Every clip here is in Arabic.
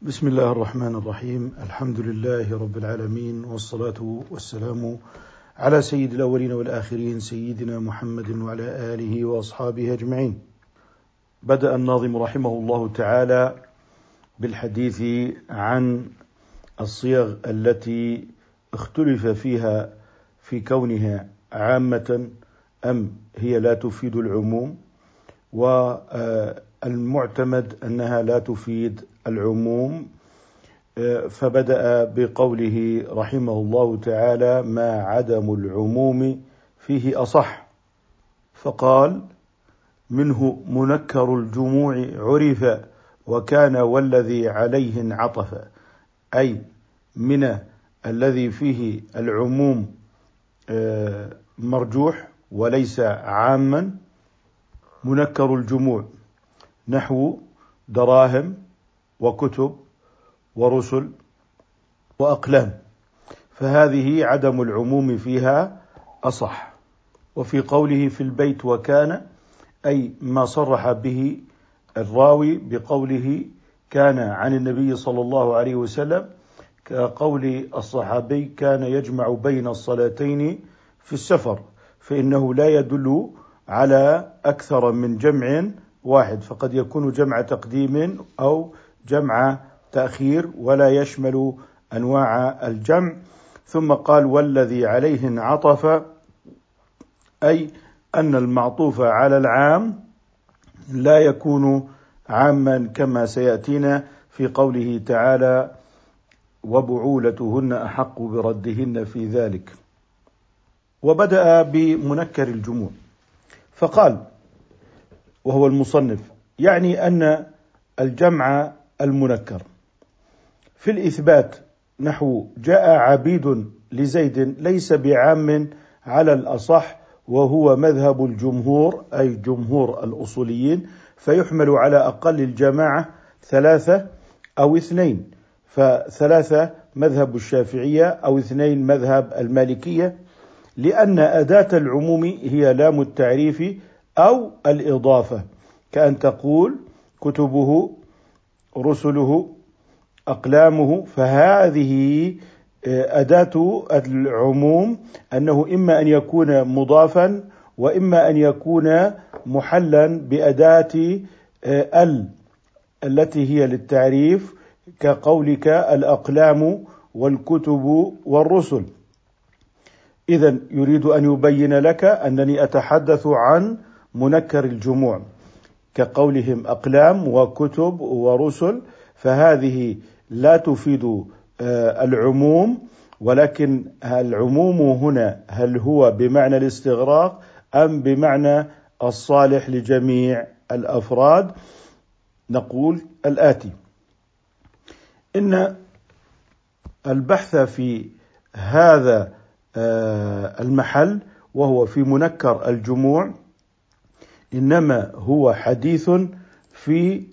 بسم الله الرحمن الرحيم. الحمد لله رب العالمين، والصلاة والسلام على سيد الأولين والآخرين سيدنا محمد وعلى آله وأصحابه أجمعين. بدأ الناظم رحمه الله تعالى بالحديث عن الصيغ التي اختلف فيها في كونها عامة أم هي لا تفيد العموم، والمعتمد أنها لا تفيد العموم. فبدأ بقوله رحمه الله تعالى: ما عدم العموم فيه أصح. فقال: منه منكر الجموع عرف، وكان والذي عليه انعطف. أي من الذي فيه العموم مرجوح وليس عاما منكر الجموع، نحو دراهم وكتب ورسل وأقلام، فهذه عدم العموم فيها أصح. وفي قوله في البيت وكان، أي ما صرح به الراوي بقوله كان عن النبي صلى الله عليه وسلم، كقول الصحابي كان يجمع بين الصلاتين في السفر، فإنه لا يدل على أكثر من جمع واحد، فقد يكون جمع تقديم أو جمع تأخير ولا يشمل أنواع الجمع. ثم قال: والذي عليه انعطف، أي أن المعطوف على العام لا يكون عاما كما سيأتينا في قوله تعالى: وبعولتهن أحق بردهن في ذلك. وبدأ بمنكر الجموع فقال، وهو المصنف، يعني أن الجمع المنكر في الإثبات، نحو جاء عبيد لزيد، ليس بعام على الأصح، وهو مذهب الجمهور أي جمهور الأصوليين، فيحمل على أقل الجماعة 3 أو 2، ف3 مذهب الشافعية أو 2 مذهب المالكية، لأن أداة العموم هي لام التعريف أو الإضافة، كأن تقول كتبه رسله أقلامه، فهذه أداة العموم، أنه إما أن يكون مضافا وإما أن يكون محلا بأداة التي هي للتعريف، كقولك الأقلام والكتب والرسل. إذن يريد أن يبين لك أنني أتحدث عن منكر الجموع، كقولهم أقلام وكتب ورسل، فهذه لا تفيد العموم، ولكن العموم هنا هل هو بمعنى الاستغراق أم بمعنى الصالح لجميع الأفراد؟ نقول الآتي: إن البحث في هذا المحل وهو في منكر الجموع إنما هو حديث في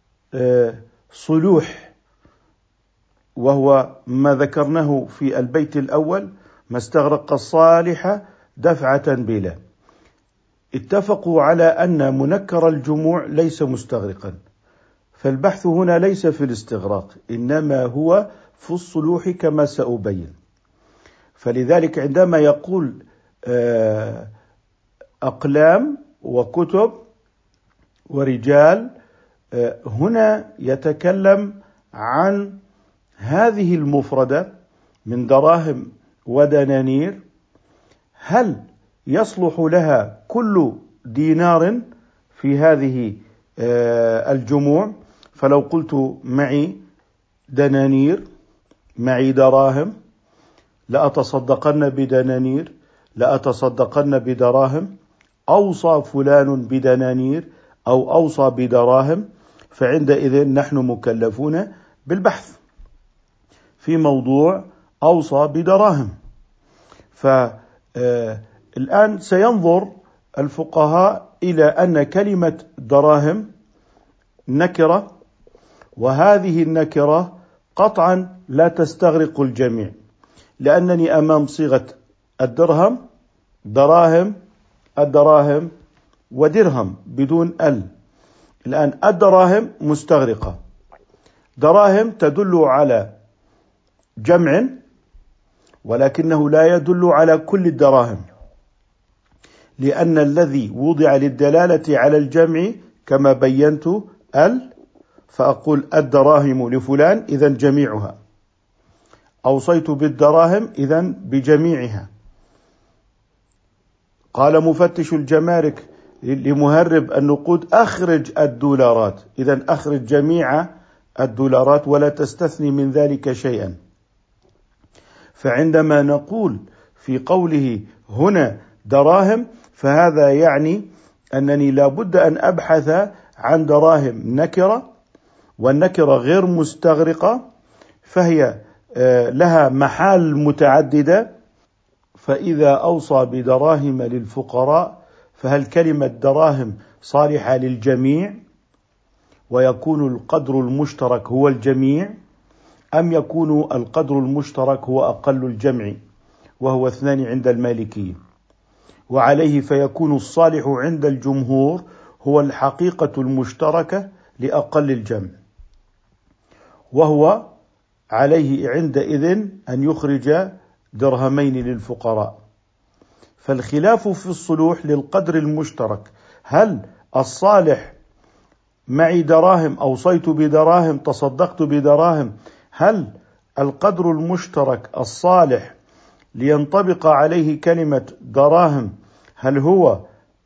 صلوح، وهو ما ذكرناه في البيت الأول: ما استغرق الصالح دفعة بلا. اتفقوا على أن منكر الجموع ليس مستغرقا، فالبحث هنا ليس في الاستغراق، إنما هو في الصلوح كما سأبين. فلذلك عندما يقول أقلام وكتب ورجال، هنا يتكلم عن هذه المفردة من دراهم ودنانير، هل يصلح لها كل دينار في هذه الجموع؟ فلو قلت معي دنانير، معي دراهم، لأتصدقن بدنانير، لأتصدقن بدراهم، أوصى فلان بدنانير أو أوصى بدراهم، فعندئذ نحن مكلفون بالبحث في موضوع أوصى بدراهم. فالآن سينظر الفقهاء إلى أن كلمة دراهم نكرة، وهذه النكرة قطعا لا تستغرق الجميع، لأنني أمام صيغة الدرهم، دراهم، الدراهم ودرهم بدون الآن الدراهم مستغرقة، دراهم تدل على جمع، ولكنه لا يدل على كل الدراهم، لأن الذي وضع للدلالة على الجمع كما بينت فأقول الدراهم لفلان إذن جميعها، أوصيت بالدراهم إذن بجميعها. قال مفتش الجمارك لمهرب النقود أخرج الدولارات، إذن أخرج جميع الدولارات ولا تستثني من ذلك شيئا. فعندما نقول في قوله هنا دراهم، فهذا يعني أنني لابد أن أبحث عن دراهم نكرة، والنكرة غير مستغرقة، فهي لها محال متعددة. فإذا أوصى بدراهم للفقراء، فهل كلمة دراهم صالحة للجميع ويكون القدر المشترك هو الجميع، أم يكون القدر المشترك هو أقل الجمع وهو 2 عند المالكية؟ وعليه فيكون الصالح عند الجمهور هو الحقيقة المشتركة لأقل الجمع، وهو عليه عندئذ أن يخرج درهمين للفقراء. فالخلاف في الصلوح للقدر المشترك، هل الصالح معي دراهم، أوصيت بدراهم، تصدقت بدراهم، هل القدر المشترك الصالح لينطبق عليه كلمة دراهم هل هو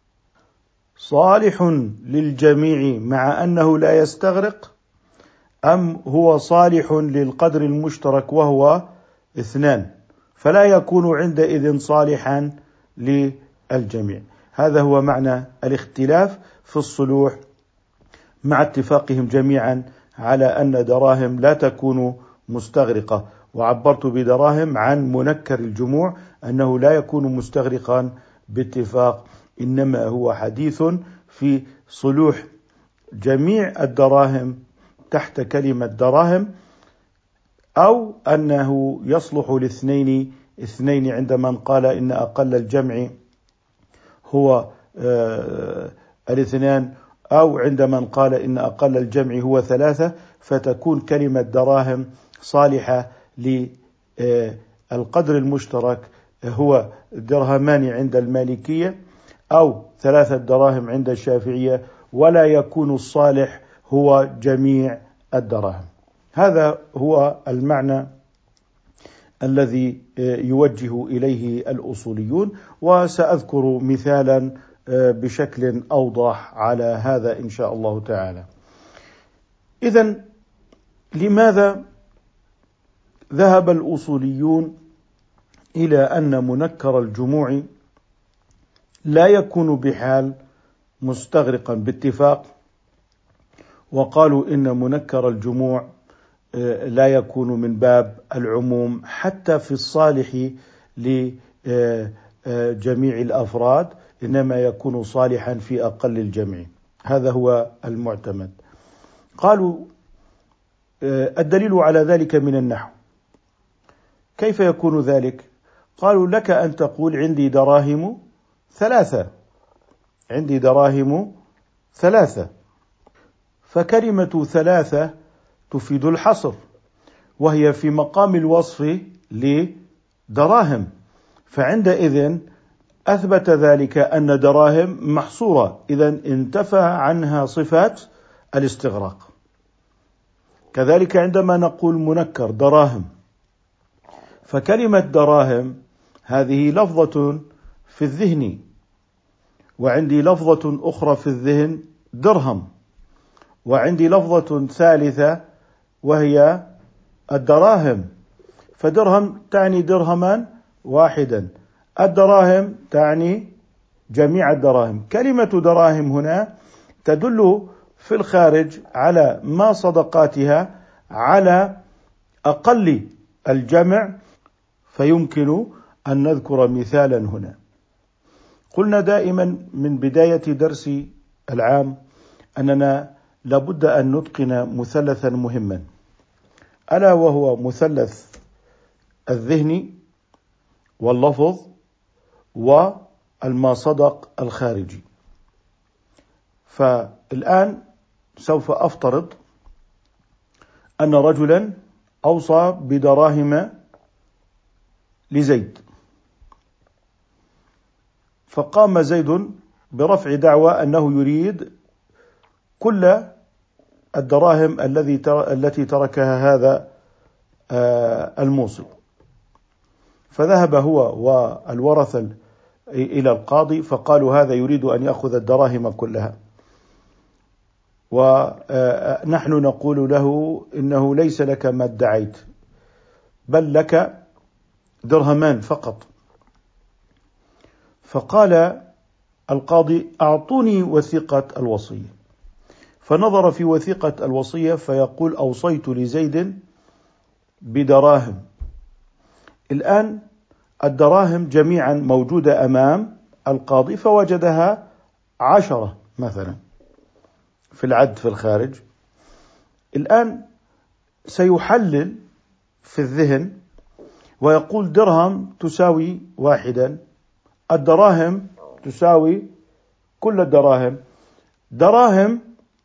صالح للجميع مع أنه لا يستغرق، أم هو صالح للقدر المشترك وهو 2 فلا يكون عندئذ صالحا للجميع؟ هذا هو معنى الاختلاف في الصلوح، مع اتفاقهم جميعا على أن دراهم لا تكون مستغرقة. وعبرت بدراهم عن منكر الجموع أنه لا يكون مستغرقا باتفاق، إنما هو حديث في صلوح جميع الدراهم تحت كلمة دراهم، أو أنه يصلح لاثنين عند من قال إن أقل الجمع هو 2، أو عند من قال إن أقل الجمع هو 3، فتكون كلمة دراهم صالحة للقدر المشترك هو 2 درهم عند المالكية أو 3 دراهم عند الشافعية، ولا يكون الصالح هو جميع الدراهم. هذا هو المعنى الذي يوجه إليه الأصوليون، وسأذكر مثالا بشكل أوضح على هذا إن شاء الله تعالى. إذن لماذا ذهب الأصوليون إلى أن منكر الجموع لا يكون بحال مستغرقا باتفاق، وقالوا إن منكر الجموع لا يكون من باب العموم حتى في الصالح لجميع الأفراد، إنما يكون صالحا في أقل الجمع؟ هذا هو المعتمد. قالوا الدليل على ذلك من النحو. كيف يكون ذلك؟ قالوا لك أن تقول عندي دراهم 3، عندي دراهم 3، فكلمة 3 تفيد الحصر، وهي في مقام الوصف لدراهم، فعندئذ أثبت ذلك أن دراهم محصورة، إذن انتفى عنها صفات الاستغراق. كذلك عندما نقول منكر دراهم، فكلمة دراهم هذه لفظة في الذهن، وعندي لفظة أخرى في الذهن درهم، وعندي لفظة ثالثة وهي الدراهم، فدرهم تعني درهما واحدا، الدراهم تعني جميع الدراهم. كلمة دراهم هنا تدل في الخارج على ما صدقاتها على أقل الجمع، فيمكن أن نذكر مثالا هنا. قلنا دائما من بداية درس العام أننا لابد أن نتقن مثلثا مهما، ألا وهو مثلث الذهن واللفظ والماصدق الخارجي. فالآن سوف أفترض أن رجلا أوصى بدراهم لزيد، فقام زيد برفع دعوى أنه يريد كل الدراهم التي تركها هذا الموصي. فذهب هو والورثة إلى القاضي فقالوا هذا يريد أن يأخذ الدراهم كلها، ونحن نقول له إنه ليس لك ما ادعيت، بل لك درهمان فقط. فقال القاضي أعطوني وثيقة الوصية، فنظر في وثيقة الوصية فيقول أوصيت لزيد بدراهم. الآن الدراهم جميعا موجودة أمام القاضي، فوجدها 10 مثلا في العد في الخارج. الآن سيحلل في الذهن ويقول درهم تساوي 1، الدراهم تساوي كل الدراهم دراهم،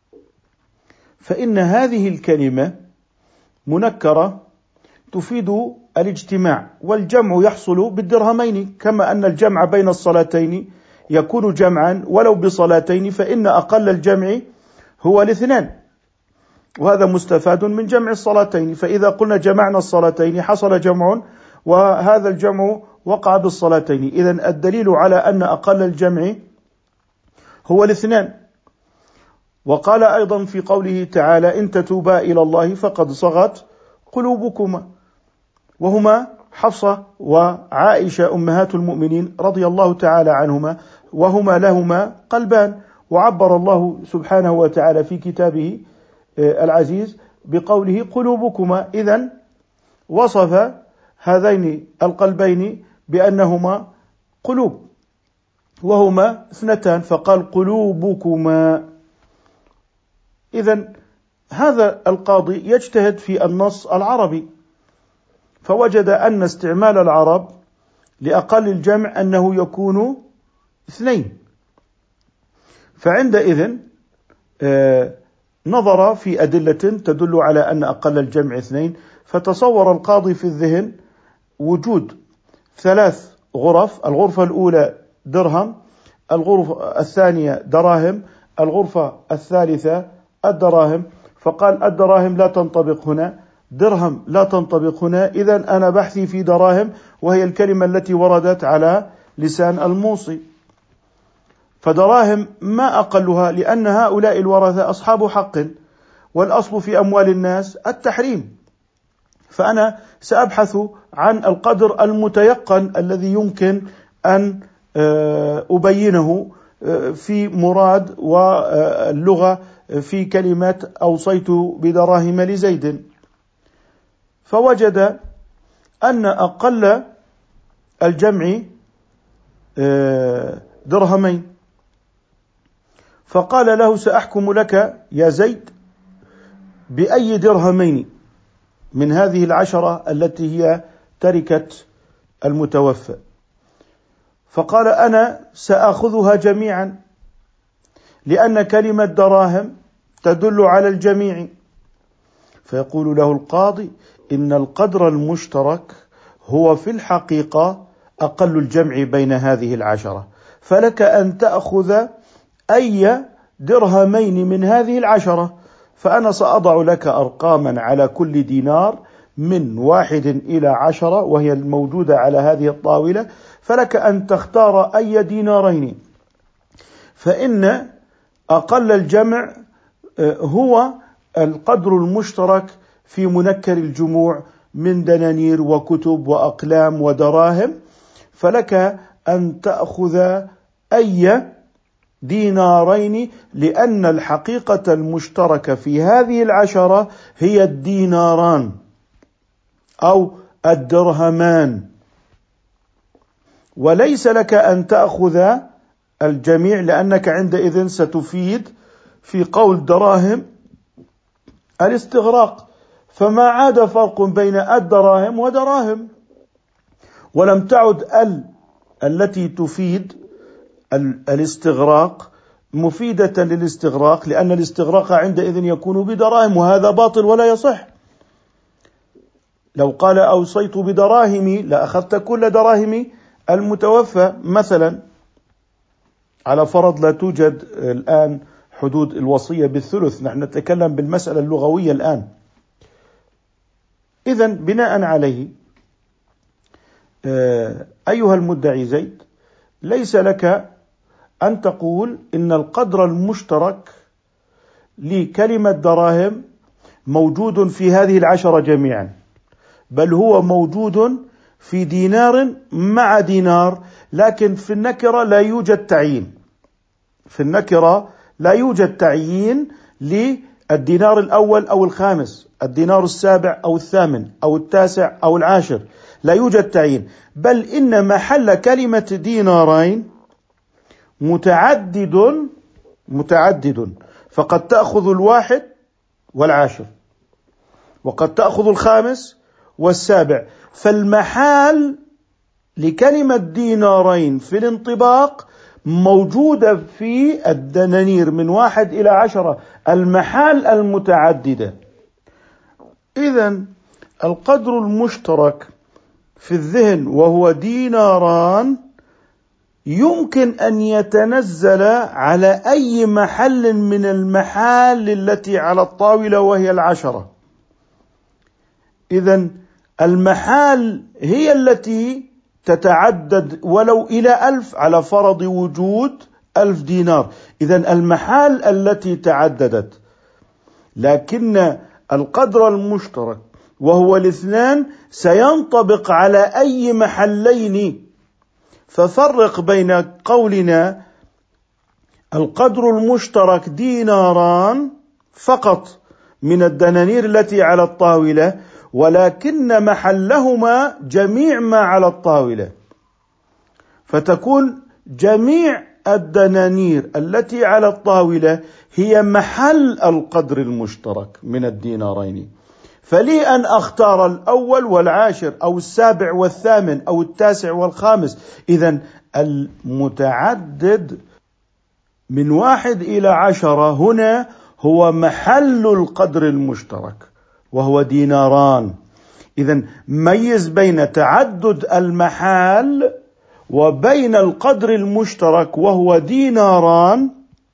فإن هذه الكلمة منكرة تفيد الاجتماع، والجمع يحصل بالدرهمين، كما أن الجمع بين الصلاتين يكون جمعا ولو بصلاتين، فإن أقل الجمع هو 2، وهذا مستفاد من جمع الصلاتين. فإذا قلنا جمعنا الصلاتين حصل جمع، وهذا الجمع وقع بالصلاتين. إذن الدليل على أن أقل الجمع هو 2. وقال أيضا في قوله تعالى إن تتوبا إلى الله فقد صغت قلوبكما، وهما حفصة وعائشة أمهات المؤمنين رضي الله تعالى عنهما، وهما لهما قلبان. وعبر الله سبحانه وتعالى في كتابه العزيز بقوله قلوبكما، إذن وصف هذين القلبين بأنهما قلوب، وهما 2 فقال قلوبكما. إذن هذا القاضي يجتهد في النص العربي، فوجد أن استعمال العرب لأقل الجمع أنه يكون 2، فعندئذ نظر في أدلة تدل على أن أقل الجمع 2، فتصور القاضي في الذهن وجود 3 غرف، الغرفة الأولى درهم، الغرفة الثانية دراهم، الغرفة الثالثة الدراهم، فقال الدراهم لا تنطبق هنا، درهم لا تنطبق هنا، إذن أنا بحثي في دراهم، وهي الكلمة التي وردت على لسان الموصي. فدراهم ما أقلها، لأن هؤلاء الورثة أصحاب حق، والأصل في أموال الناس التحريم، فأنا سأبحث عن القدر المتيقن الذي يمكن أن أبينه في مراد واللغة في كلمة أوصيت بدراهم لزيد. فوجد أن أقل الجمع درهمين، فقال له سأحكم لك يا زيد بأي درهمين من هذه 10 التي هي تركة المتوفى. فقال أنا سأخذها جميعا، لأن كلمة دراهم تدل على الجميع. فيقول له القاضي إن القدر المشترك هو في الحقيقة أقل الجمع بين هذه 10، فلك أن تأخذ أي درهمين من هذه 10، فأنا سأضع لك أرقاما على كل دينار من 1 إلى 10، وهي الموجودة على هذه الطاولة، فلك أن تختار أي دينارين، فإن أقل الجمع هو القدر المشترك في منكر الجموع من دنانير وكتب وأقلام ودراهم، فلك أن تأخذ أي دينارين، لأن الحقيقة المشتركة في هذه 10 هي الديناران أو الدرهمان، وليس لك أن تأخذ الجميع، لأنك عندئذ ستفيد في قول دراهم الاستغراق، فما عاد فرق بين الدراهم ودراهم، ولم تعد التي تفيد الاستغراق مفيدة للاستغراق، لأن الاستغراق عندئذ يكون بدراهم، وهذا باطل ولا يصح. لو قال أوصيت بدراهمي لأخذت كل دراهم المتوفى مثلا، على فرض لا توجد الآن حدود الوصية بالثلث، نحن نتكلم بالمسألة اللغوية الآن. إذن بناء عليه أيها المدعي زيد، ليس لك أن تقول إن القدر المشترك لكلمة دراهم موجود في هذه 10 جميعا، بل هو موجود في دينار مع دينار، لكن في النكرة لا يوجد تعيين. في النكرة لا يوجد تعيين للدينار الأول أو الخامس، الدينار السابع أو الثامن أو التاسع أو العاشر، لا يوجد تعيين، بل إن محل كلمة دينارين متعدد، فقد تأخذ 1 والعاشر، وقد تأخذ 5 والسابع. فالمحال لكلمة دينارين في الانطباق موجودة في الدنانير من 1 إلى 10، المحال المتعددة. إذن القدر المشترك في الذهن وهو ديناران يمكن أن يتنزل على أي محل من المحال التي على الطاولة وهي 10. إذن المحال هي التي تتعدد ولو إلى 1000 على فرض وجود 1000 دينار. إذن المحال التي تعددت، لكن القدر المشترك وهو 2 سينطبق على أي محلين. ففرق بين قولنا القدر المشترك ديناران فقط من الدنانير التي على الطاولة، ولكن محلهما جميع ما على الطاولة، فتكون جميع الدنانير التي على الطاولة هي محل القدر المشترك من الدينارين. فلي أن أختار الأول والعاشر أو السابع والثامن أو التاسع والخامس. إذن المتعدد من 1 إلى 10 هنا هو محل القدر المشترك وهو ديناران. إذن ميز بين تعدد المحال وبين القدر المشترك وهو ديناران،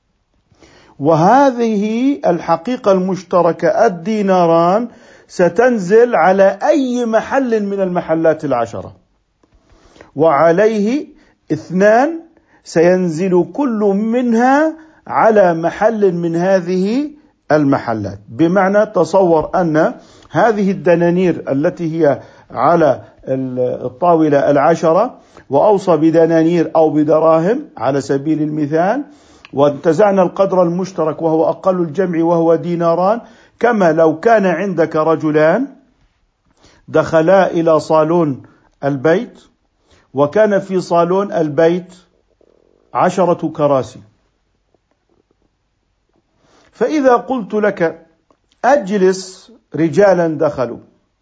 وهذه الحقيقة المشتركة الديناران ستنزل على أي محل من المحلات 10، وعليه 2 سينزل كل منها على محل من هذه المحلات. بمعنى تصور أن هذه الدنانير التي هي على الطاولة 10 وأوصى بدنانير أو بدراهم على سبيل المثال، وانتزعنا القدر المشترك وهو أقل الجمع وهو ديناران، كما لو كان عندك رجلان دخلا إلى صالون البيت، وكان في صالون البيت 10 كراسي، فإذا قلت لك أجلس، رجالا دخلوا،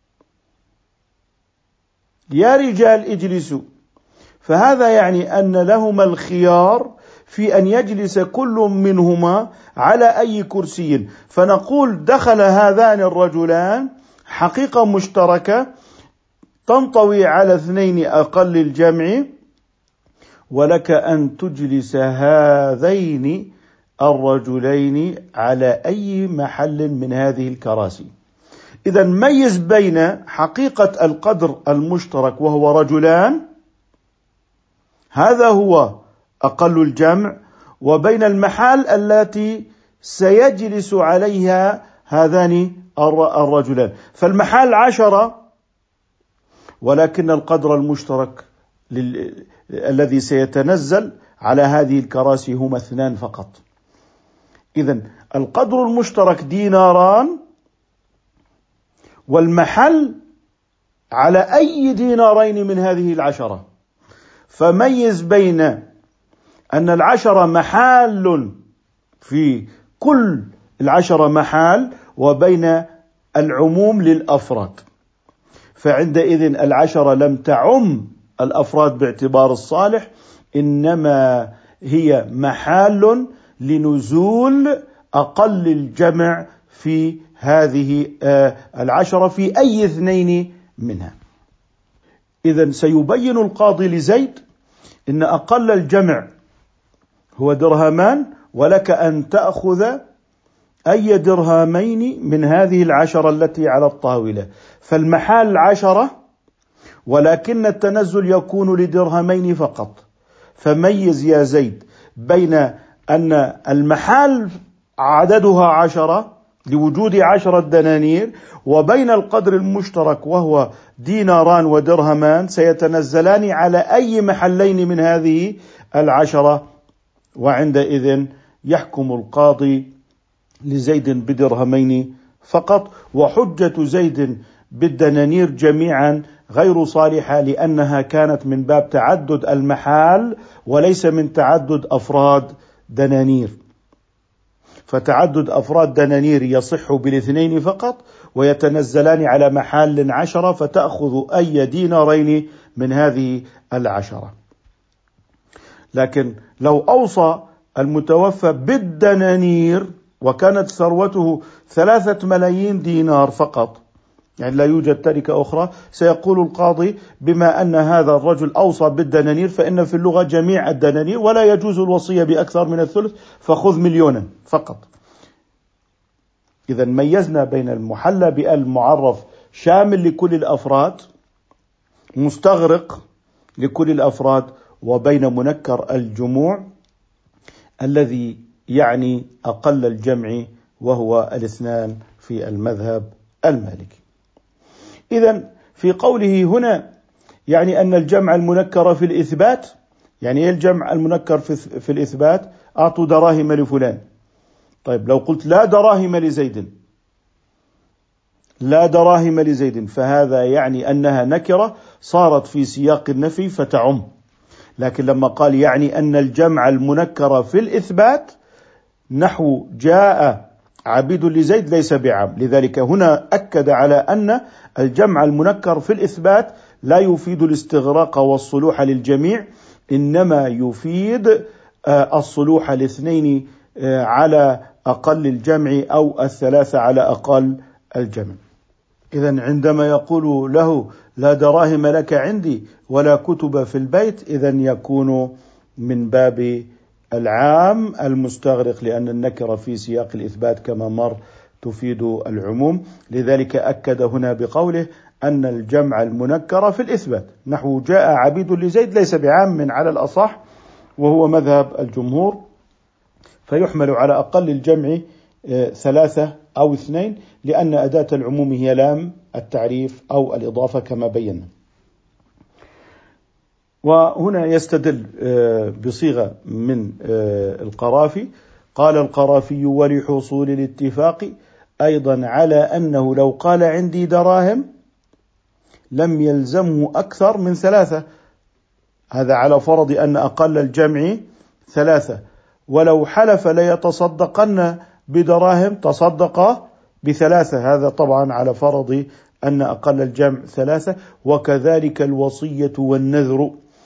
يا رجال اجلسوا، فهذا يعني أن لهما الخيار في أن يجلس كل منهما على أي كرسي. فنقول دخل هذان الرجلان حقيقة مشتركة تنطوي على 2 أقل الجمع، ولك أن تجلس هذين الرجلين على أي محل من هذه الكراسي. إذن ميز بين حقيقة القدر المشترك وهو رجلان، هذا هو أقل الجمع، وبين المحال التي سيجلس عليها هذان الرجلان. فالمحال 10، ولكن القدر المشترك الذي سيتنزل على هذه الكراسي هما 2 فقط. إذن القدر المشترك ديناران، والمحل على أي دينارين من هذه 10. فميز بين أن 10 محال في كل 10 محال، وبين العموم للأفراد. فعندئذ 10 لم تعم الأفراد باعتبار الصالح، إنما هي محال لنزول أقل الجمع في هذه 10 في أي 2 منها. إذن سيبين القاضي لزيد إن أقل الجمع هو درهمان، ولك أن تأخذ أي درهمين من هذه 10 التي على الطاولة، فالمحال 10 ولكن التنزل يكون لدرهمين فقط. فميز يا زيد بين أن المحال عددها 10 لوجود 10 دنانير، وبين القدر المشترك وهو ديناران ودرهمان سيتنزلان على أي محلين من هذه 10، وعندئذ يحكم القاضي لزيد بدرهمين فقط. وحجة زيد بالدنانير جميعا غير صالحة، لأنها كانت من باب تعدد المحال وليس من تعدد أفراد دنانير، فتعدد أفراد دنانير يصح بالاثنين فقط، ويتنزلان على محال 10، فتأخذ أي دينارين من هذه 10. لكن لو أوصى المتوفى بالدنانير وكانت ثروته 3 ملايين دينار فقط، يعني لا يوجد تركة أخرى، سيقول القاضي بما أن هذا الرجل أوصى بالدنانير فإن في اللغة جميع الدنانير ولا يجوز الوصية بأكثر من الثلث، فخذ 1,000,000 فقط. إذا ميزنا بين المحلى بالمعرف شامل لكل الأفراد، مستغرق لكل الأفراد، وبين منكر الجموع الذي يعني أقل الجمع وهو 2 في المذهب المالكي. إذن في قوله هنا يعني أن الجمع المنكر في الإثبات، يعني الجمع المنكر في الإثبات أعطوا دراهم لفلان. طيب لو قلت لا دراهم لزيد، لا دراهم لزيد، فهذا يعني أنها نكرة صارت في سياق النفي فتعم. لكن لما قال يعني أن الجمع المنكر في الإثبات نحو جاء عبيد لزيد ليس بعام، لذلك هنا أكد على أن الجمع المنكر في الإثبات لا يفيد الاستغراق والصلوح للجميع، إنما يفيد الصلوح ل2 على أقل الجمع أو 3 على أقل الجمع. إذن عندما يقول له لا دراهم لك عندي ولا كتب في البيت، إذن يكون من باب العام المستغرق، لأن النكرة في سياق الإثبات كما مر تفيد العموم. لذلك أكد هنا بقوله أن الجمع المنكر في الإثبات نحو جاء عبيد لزيد ليس بعام على الأصح، وهو مذهب الجمهور، فيحمل على أقل الجمع 3 أو 2، لأن أداة العموم هي لام التعريف أو الإضافة كما بينا. وهنا يستدل بصيغة من القرافي، قال القرافي ولحصول الاتفاق أيضا على أنه لو قال عندي دراهم لم يلزمه أكثر من 3، هذا على فرض أن أقل الجمع 3، ولو حلف ليتصدقن بدراهم تصدق ب3، هذا طبعا على فرض أن أقل الجمع 3، وكذلك الوصية والنذر،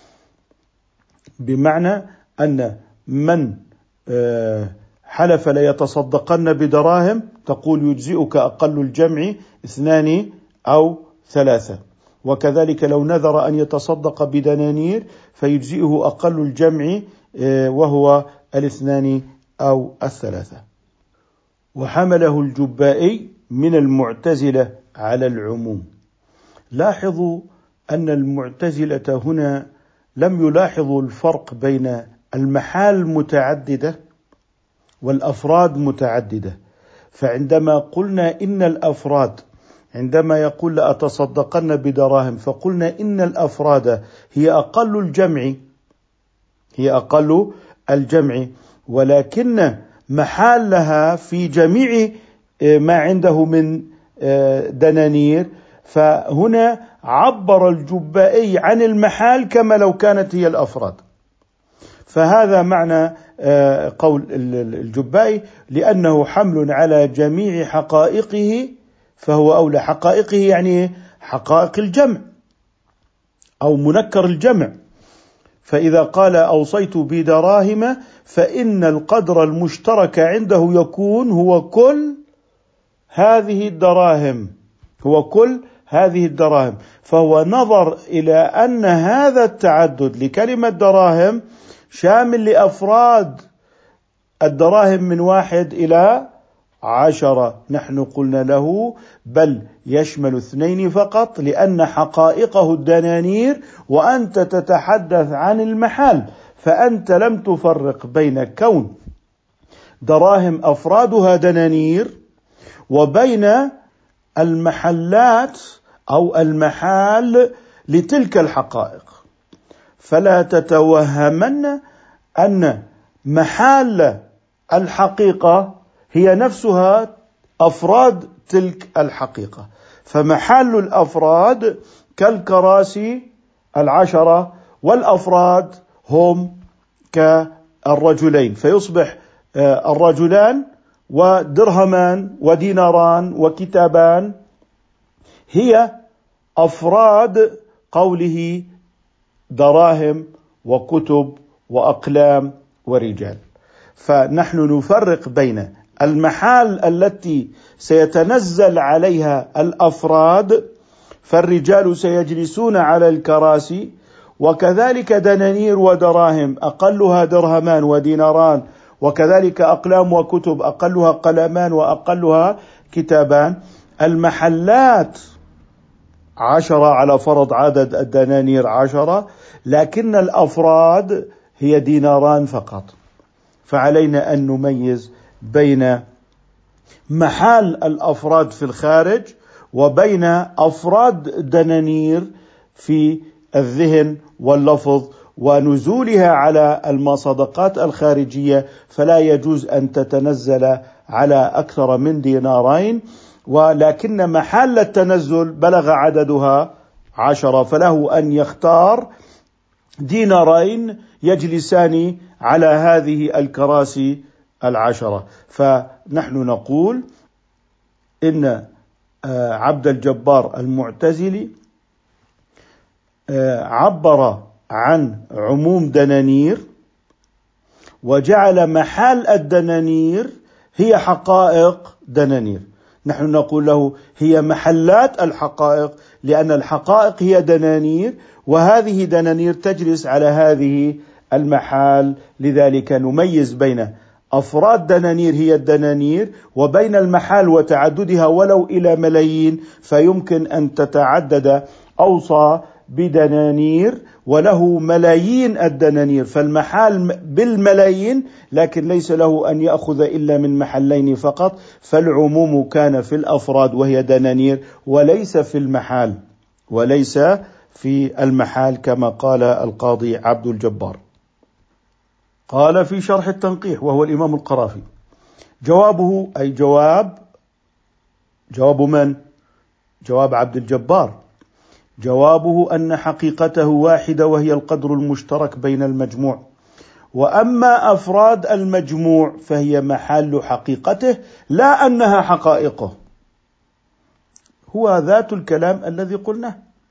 بمعنى أن من حلف ليتصدقن بدراهم تقول يجزئك أقل الجمع 2 أو 3، وكذلك لو نذر أن يتصدق بدنانير فيجزئه أقل الجمع وهو 2 أو 3. وحمله الجبائي من المعتزلة على العموم. لاحظوا أن المعتزلة هنا لم يلاحظوا الفرق بين المحال متعددة والأفراد متعددة، فعندما قلنا إن الأفراد، عندما يقول لأتصدقن بدراهم، فقلنا إن الأفراد هي أقل الجمع، هي أقل الجمع، ولكن محلها في جميع ما عنده من دنانير، فهنا عبر الجبائي عن المحال كما لو كانت هي الأفراد. فهذا معنى قول الجبائي، لأنه حمل على جميع حقائقه فهو أولى. حقائقه يعني حقائق الجمع أو منكر الجمع، فإذا قال أوصيت بدراهم فإن القدر المشترك عنده يكون هو كل هذه الدراهم، هو كل هذه الدراهم، فهو نظر إلى أن هذا التعدد لكلمة دراهم شامل لأفراد الدراهم من 1 إلى 10. نحن قلنا له بل يشمل 2 فقط، لأن حقائقه الدنانير وأنت تتحدث عن المحل، فأنت لم تفرق بين كون دراهم أفرادها دنانير وبين المحلات أو المحال لتلك الحقائق. فلا تتوهمن أن محال الحقيقة هي نفسها أفراد تلك الحقيقة، فمحال الأفراد كالكراسي 10 والأفراد هم كالرجلين، فيصبح الرجلان ودرهمان وديناران وكتابان هي أفراد قوله دراهم وكتب وأقلام ورجال. فنحن نفرق بين المحال التي سيتنزل عليها الأفراد، فالرجال سيجلسون على الكراسي، وكذلك دنانير ودراهم أقلها درهمان وديناران، وكذلك أقلام وكتب أقلها قلمان وأقلها كتابان. المحلات 10 على فرض عدد الدنانير 10، لكن الأفراد هي ديناران فقط. فعلينا أن نميز بين محال الأفراد في الخارج وبين أفراد دنانير في الذهن واللفظ ونزولها على المصادقات الخارجية، فلا يجوز أن تتنزل على أكثر من دينارين، ولكن محل التنزل بلغ عددها 10، فله أن يختار دينارين يجلسان على هذه الكراسي 10. فنحن نقول إن عبد الجبار المعتزلي عبر عن عموم دنانير وجعل محال الدنانير هي حقائق دنانير. نحن نقول له هي محلات الحقائق، لأن الحقائق هي دنانير، وهذه دنانير تجلس على هذه المحال. لذلك نميز بين أفراد دنانير هي الدنانير وبين المحال وتعددها ولو إلى ملايين، فيمكن أن تتعدد أوصى بدنانير وله ملايين الدنانير، فالمحال بالملايين، لكن ليس له أن يأخذ إلا من محلين فقط، فالعموم كان في الأفراد وهي دنانير وليس في المحال، وليس في المحال كما قال القاضي عبد الجبار. قال في شرح التنقيح وهو الإمام القرافي: جوابه، أي جواب من؟ جواب عبد الجبار. جوابه أن حقيقته واحدة وهي القدر المشترك بين المجموع، وأما أفراد المجموع فهي محل حقيقته لا أنها حقائقه. هو ذات الكلام الذي قلناه.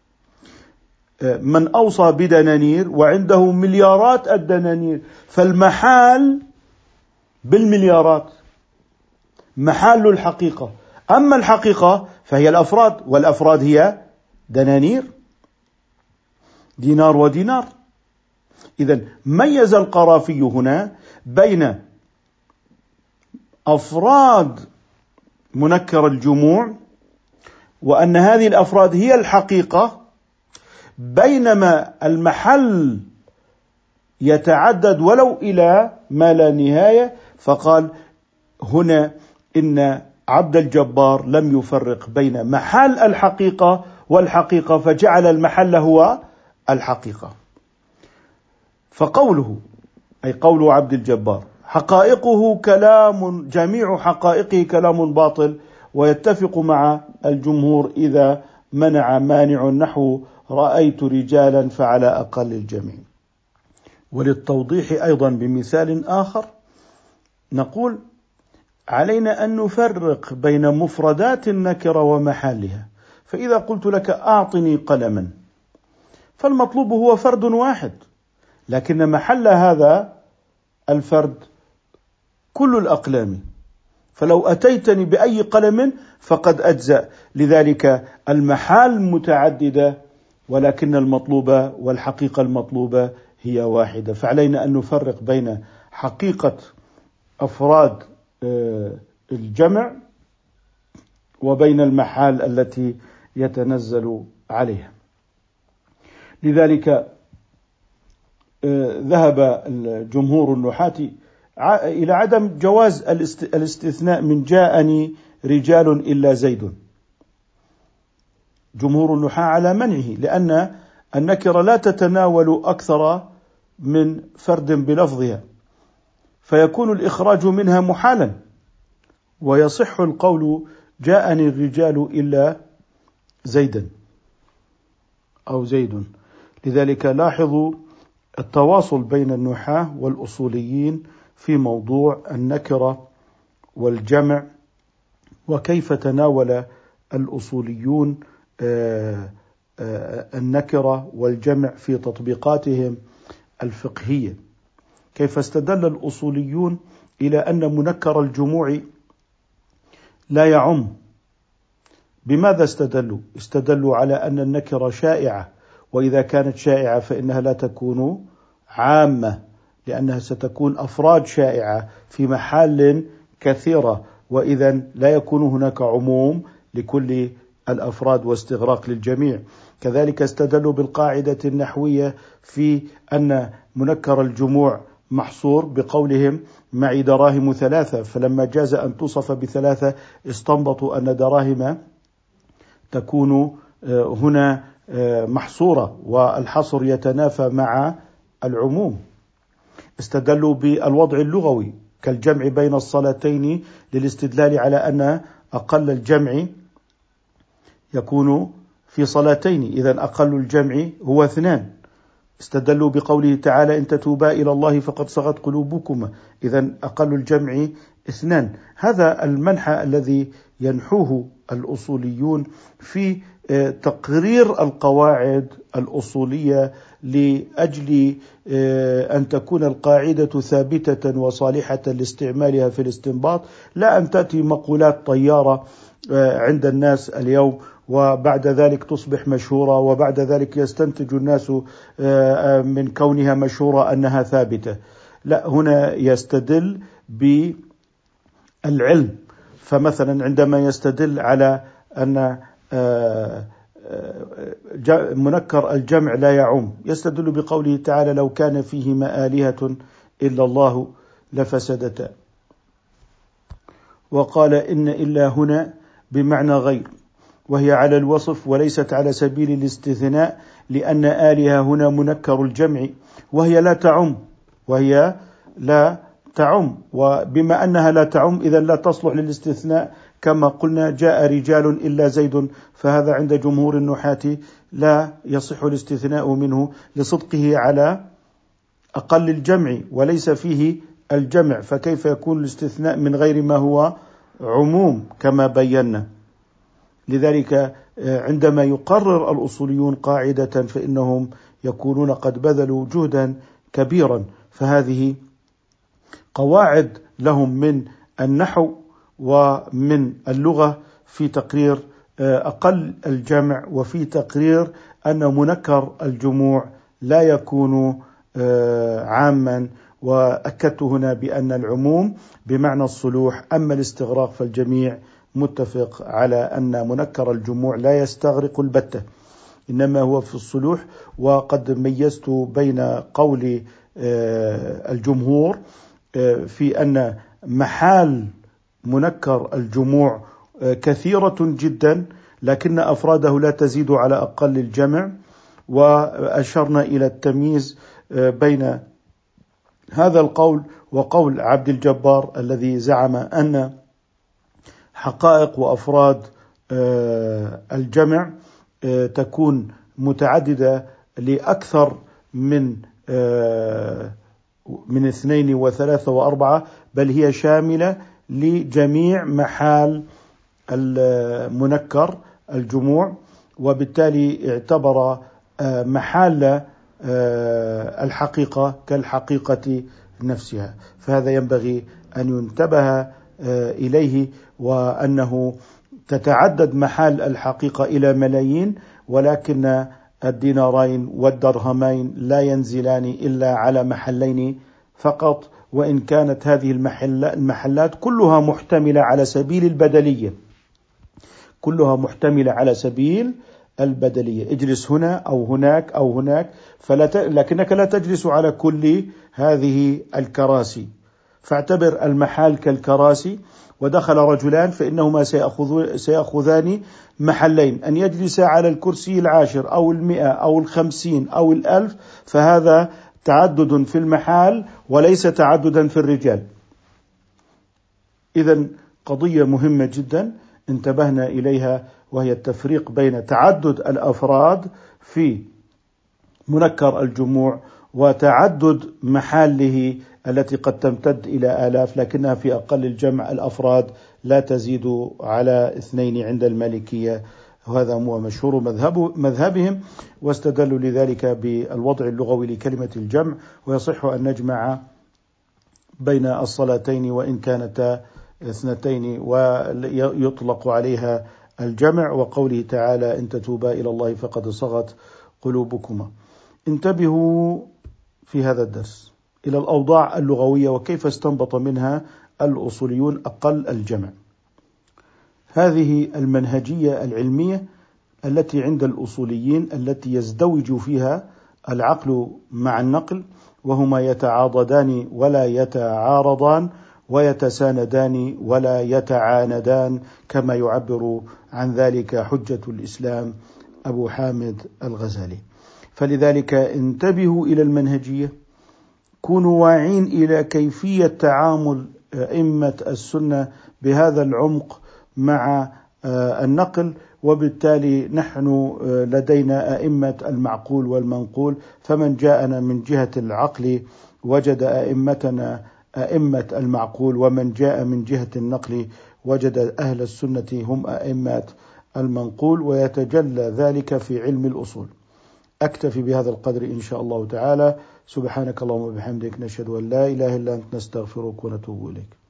من أوصى بدنانير وعنده مليارات الدنانير، فالمحال بالمليارات محل الحقيقة، أما الحقيقة فهي الأفراد، والأفراد هي دنانير، دينار ودينار. إذن ميز القرافي هنا بين أفراد منكر الجموع وأن هذه الأفراد هي الحقيقة، بينما المحل يتعدد ولو إلى ما لا نهاية. فقال هنا إن عبد الجبار لم يفرق بين محل الحقيقة والحقيقة، فجعل المحل هو الحقيقة. فقوله، أي قول عبد الجبار، حقائقه كلام، جميع حقائقه كلام باطل، ويتفق مع الجمهور إذا منع مانع نحو رأيت رجالا فعلى أقل الجميع. وللتوضيح أيضا بمثال آخر نقول علينا أن نفرق بين مفردات النكرة ومحالها. فإذا قلت لك أعطني قلما، فالمطلوب هو فرد واحد، لكن محل هذا الفرد كل الأقلام، فلو أتيتني بأي قلم فقد أجزأ. لذلك المحال متعددة، ولكن المطلوبة والحقيقة المطلوبة هي واحدة. فعلينا أن نفرق بين حقيقة أفراد الجمع وبين المحال التي يتنزل عليها. لذلك ذهب الجمهور النحاة إلى عدم جواز الاستثناء من جاءني رجال إلا زيد. جمهور النحاة على منعه، لأن النكرة لا تتناول أكثر من فرد بلفظها، فيكون الإخراج منها محالا، ويصح القول جاءني الرجال إلا زيدا أو زيد. لذلك لاحظوا التواصل بين النحاة والأصوليين في موضوع النكرة والجمع، وكيف تناول الأصوليون النكرة والجمع في تطبيقاتهم الفقهية. كيف استدل الأصوليون إلى أن منكر الجموع لا يعم. بماذا استدلوا؟ استدلوا على أن النكرة شائعة، وإذا كانت شائعة فإنها لا تكون عامة، لأنها ستكون أفراد شائعة في محل كثيرة، وإذا لا يكون هناك عموم لكل الأفراد واستغراق للجميع. كذلك استدلوا بالقاعدة النحوية في أن منكر الجموع محصور بقولهم معي دراهم ثلاثة، فلما جاز أن توصف بثلاثة استنبطوا أن دراهم تكون هنا محصورة، والحصر يتنافى مع العموم. استدلوا بالوضع اللغوي كالجمع بين الصلاتين للاستدلال على أن أقل الجمع يكون في صلاتين، إذن أقل الجمع هو 2. استدلوا بقوله تعالى إن تتوبا إلى الله فقد صغت قلوبكما، إذن أقل الجمع 2. هذا المنحى الذي ينحوه الأصوليون في تقرير القواعد الأصولية لأجل أن تكون القاعدة ثابتة وصالحة لاستعمالها في الاستنباط، لا أن تأتي مقولات طيارة عند الناس اليوم وبعد ذلك تصبح مشهورة، وبعد ذلك يستنتج الناس من كونها مشهورة أنها ثابتة. لا، هنا يستدل بالعلم. فمثلا عندما يستدل على أن منكر الجمع لا يعم، يستدل بقوله تعالى لو كان فيهما آلهة إلا الله لفسدتا، وقال إن إلا هنا بمعنى غير، وهي على الوصف وليست على سبيل الاستثناء، لأن آلهة هنا منكر الجمع وهي لا تعم، وبما أنها لا تعم إذن لا تصلح للاستثناء، كما قلنا جاء رجال إلا زيد، فهذا عند جمهور النحاة لا يصح الاستثناء منه لصدقه على أقل الجمع وليس فيه الجمع، فكيف يكون الاستثناء من غير ما هو عموم كما بينا. لذلك عندما يقرر الأصوليون قاعدة فإنهم يكونون قد بذلوا جهدا كبيرا، فهذه قواعد لهم من النحو ومن اللغة في تقرير أقل الجمع، وفي تقرير أن منكر الجموع لا يكون عاما. وأكدت هنا بأن العموم بمعنى الصلوح، أما الاستغراق فالجميع متفق على أن منكر الجموع لا يستغرق البتة، إنما هو في الصلوح. وقد ميزت بين قول الجمهور في أن محال منكر الجموع كثيرة جدا، لكن أفراده لا تزيد على أقل الجمع، وأشرنا إلى التمييز بين هذا القول وقول عبد الجبار الذي زعم أن حقائق وأفراد الجمع تكون متعددة لأكثر من 2 و3 و4، بل هي شاملة لجميع محال المنكر الجموع، وبالتالي اعتبر محال الحقيقة كالحقيقة نفسها. فهذا ينبغي أن ينتبه إليه، وأنه تتعدد محال الحقيقة إلى ملايين، ولكن الدينارين والدرهمين لا ينزلان إلا على محلين فقط، وإن كانت هذه المحلات كلها محتملة على سبيل البدلية، كلها محتملة على سبيل البدلية، اجلس هنا أو هناك أو هناك، لكنك لا تجلس على كل هذه الكراسي. فاعتبر المحال كالكراسي، ودخل رجلان فإنهما سيأخذان محلين، أن يجلس على الكرسي 10 أو 100 أو 50 أو 1000، فهذا تعدد في المحال وليس تعددا في الرجال. إذن قضية مهمة جدا انتبهنا إليها، وهي التفريق بين تعدد الأفراد في منكر الجموع وتعدد محاله التي قد تمتد إلى آلاف، لكنها في أقل الجمع الأفراد لا تزيد على 2 عند المالكية، وهذا هو مشهور مذهبهم، واستدلوا لذلك بالوضع اللغوي لكلمة الجمع، ويصح أن نجمع بين الصلاتين وإن كانتا 2 ويطلق عليها الجمع، وقوله تعالى إن تتوبا إلى الله فقد صغت قلوبكما. انتبهوا في هذا الدرس إلى الأوضاع اللغوية وكيف استنبط منها الأصوليون أقل الجمع. هذه المنهجية العلمية التي عند الأصوليين التي يزدوج فيها العقل مع النقل، وهما يتعاضدان ولا يتعارضان، ويتساندان ولا يتعاندان، كما يعبر عن ذلك حجة الإسلام أبو حامد الغزالي. فلذلك انتبهوا إلى المنهجية، كونوا واعين إلى كيفية تعامل أئمة السنة بهذا العمق مع النقل، وبالتالي نحن لدينا أئمة المعقول والمنقول، فمن جاءنا من جهة العقل وجد أئمتنا أئمة المعقول، ومن جاء من جهة النقل وجد أهل السنة هم أئمة المنقول، ويتجلى ذلك في علم الأصول. أكتفي بهذا القدر إن شاء الله تعالى. سبحانك اللهم وبحمدك، نشهد أن لا إله إلا أنت، نستغفرك ونتوب إليك.